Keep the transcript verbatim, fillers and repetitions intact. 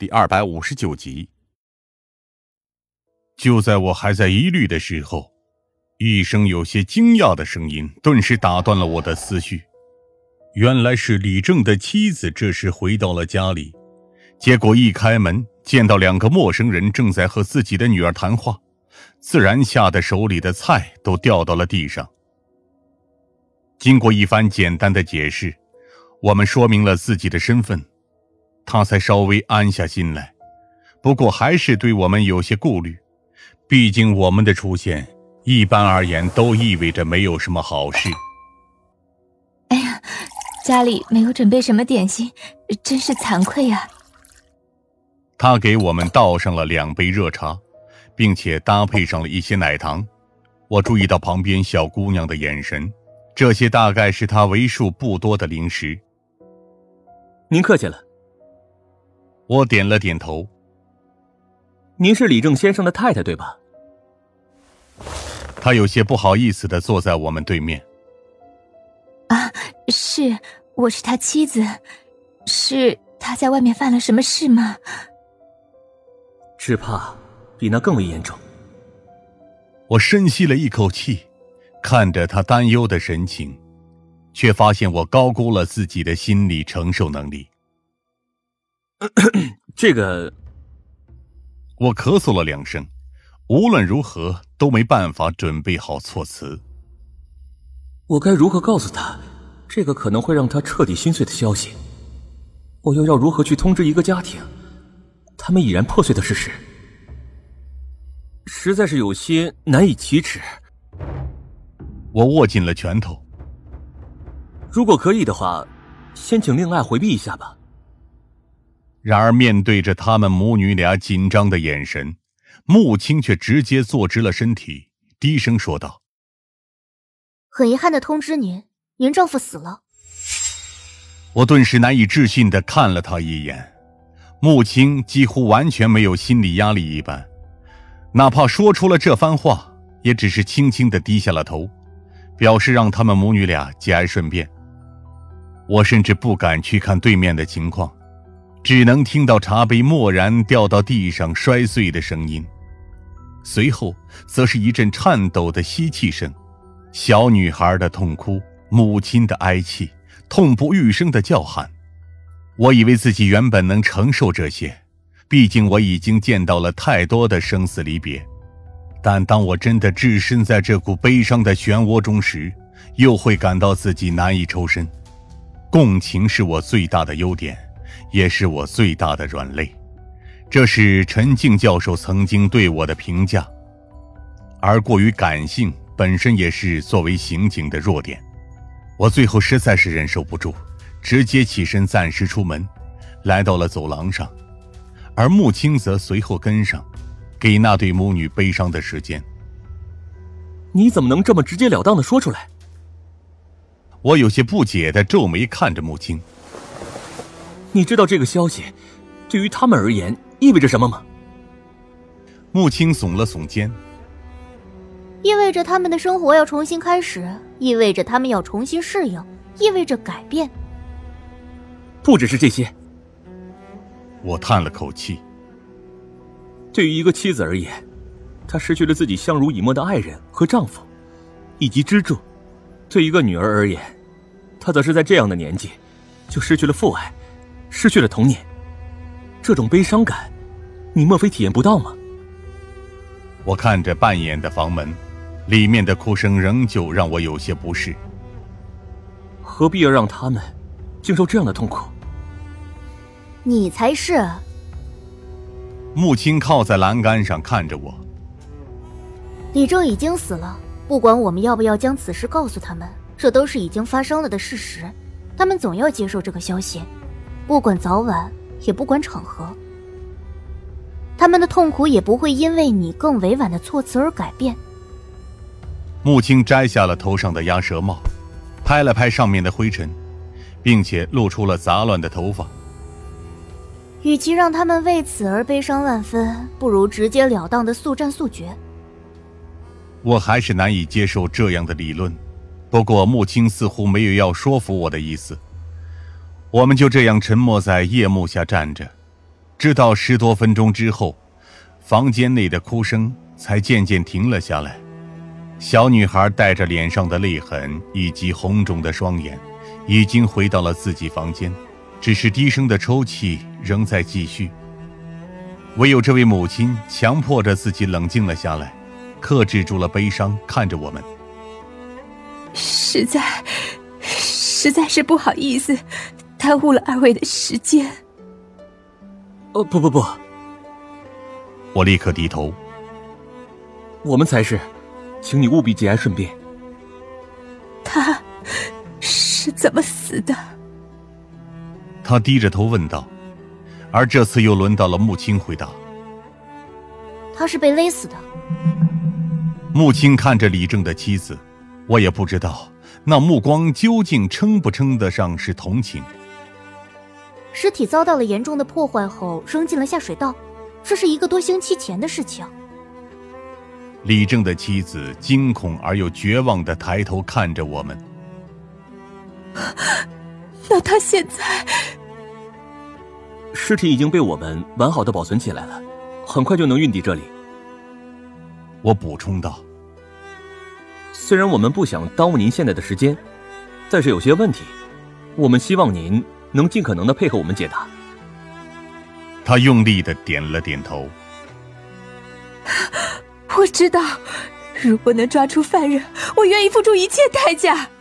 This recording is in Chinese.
第二百五十九集。 就在我还在疑虑的时候，一声有些惊讶的声音顿时打断了我的思绪。原来是李正的妻子这时回到了家里，结果一开门见到两个陌生人正在和自己的女儿谈话，自然吓得手里的菜都掉到了地上。经过一番简单的解释，我们说明了自己的身份，他才稍微安下心来，不过还是对我们有些顾虑，毕竟我们的出现一般而言都意味着没有什么好事。 哎呀，家里没有准备什么点心，真是惭愧呀。 他给我们倒上了两杯热茶，并且搭配上了一些奶糖。我注意到旁边小姑娘的眼神，这些大概是她为数不多的零食。 您客气了。 我点了点头。 您是李正先生的太太对吧？ 他有些不好意思地坐在我们对面。 啊，是，我是他妻子。是他在外面犯了什么事吗？ 只怕比那更为严重。 我深吸了一口气，看着他担忧的神情，却发现我高估了自己的心理承受能力。 这个…… 我咳嗽了两声，无论如何都没办法准备好措辞。 我该如何告诉他这个可能会让他彻底心碎的消息？我又要如何去通知一个家庭他们已然破碎的事实？实在是有些难以启齿。 我握紧了拳头。 如果可以的话，先请令爱回避一下吧。 然而面对着他们母女俩紧张的眼神，穆青却直接坐直了身体，低声说道： 很遗憾地通知您，您丈夫死了。 我顿时难以置信地看了他一眼，穆青几乎完全没有心理压力一般，哪怕说出了这番话，也只是轻轻地低下了头，表示让他们母女俩节哀顺变。我甚至不敢去看对面的情况，只能听到茶杯蓦然掉到地上摔碎的声音，随后则是一阵颤抖的吸气声，小女孩的痛哭，母亲的哀泣，痛不欲生的叫喊。我以为自己原本能承受这些，毕竟我已经见到了太多的生死离别，但当我真的置身在这股悲伤的漩涡中时，又会感到自己难以抽身。共情是我最大的优点，也是我最大的软肋，这是陈静教授曾经对我的评价。而过于感性本身也是作为刑警的弱点。我最后实在是忍受不住，直接起身暂时出门，来到了走廊上，而穆青则随后跟上，给那对母女悲伤的时间。 你怎么能这么直截了当地说出来？ 我有些不解地皱眉看着穆青。 你知道这个消息对于他们而言意味着什么吗？ 穆青耸了耸肩。 意味着他们的生活要重新开始，意味着他们要重新适应，意味着改变。 不只是这些。 我叹了口气。 对于一个妻子而言，她失去了自己相濡以沫的爱人和丈夫以及支柱；对一个女儿而言，她则是在这样的年纪就失去了父爱，失去了童年。这种悲伤感你莫非体验不到吗？ 我看着半掩的房门，里面的哭声仍旧让我有些不适。 何必要让他们经受这样的痛苦？ 你才是。 穆青靠在栏杆上看着我。 李正已经死了，不管我们要不要将此事告诉他们，这都是已经发生了的事实，他们总要接受这个消息，不管早晚，也不管场合。他们的痛苦也不会因为你更委婉的措辞而改变。 穆青摘下了头上的鸭舌帽，拍了拍上面的灰尘，并且露出了杂乱的头发。 与其让他们为此而悲伤万分，不如直截了当的速战速决。 我还是难以接受这样的理论，不过穆青似乎没有要说服我的意思。我们就这样沉默在夜幕下站着， 直到十多分钟之后，房间内的哭声才渐渐停了下来。小女孩带着脸上的泪痕以及红肿的双眼，已经回到了自己房间，只是低声的抽泣仍在继续。唯有这位母亲强迫着自己冷静了下来，克制住了悲伤，看着我们。 实在实在是不好意思耽误了二位的时间。 哦，不不不， 我立刻低头。 我们才是，请你务必节哀顺变。 他是怎么死的？ 他低着头问道，而这次又轮到了穆青回答。 他是被勒死的。 穆青看着李正的妻子，我也不知道那目光究竟称不称得上是同情。 尸体遭到了严重的破坏后扔进了下水道，这是一个多星期前的事情。 李正的妻子惊恐而又绝望地抬头看着我们。 那他现在…… 尸体已经被我们完好的保存起来了，很快就能运抵这里。 我补充道。 虽然我们不想耽误您现在的时间，但是有些问题，我们希望您能尽可能的配合我们解答。 他用力地点了点头。 我知道，如果能抓出犯人，我愿意付出一切代价。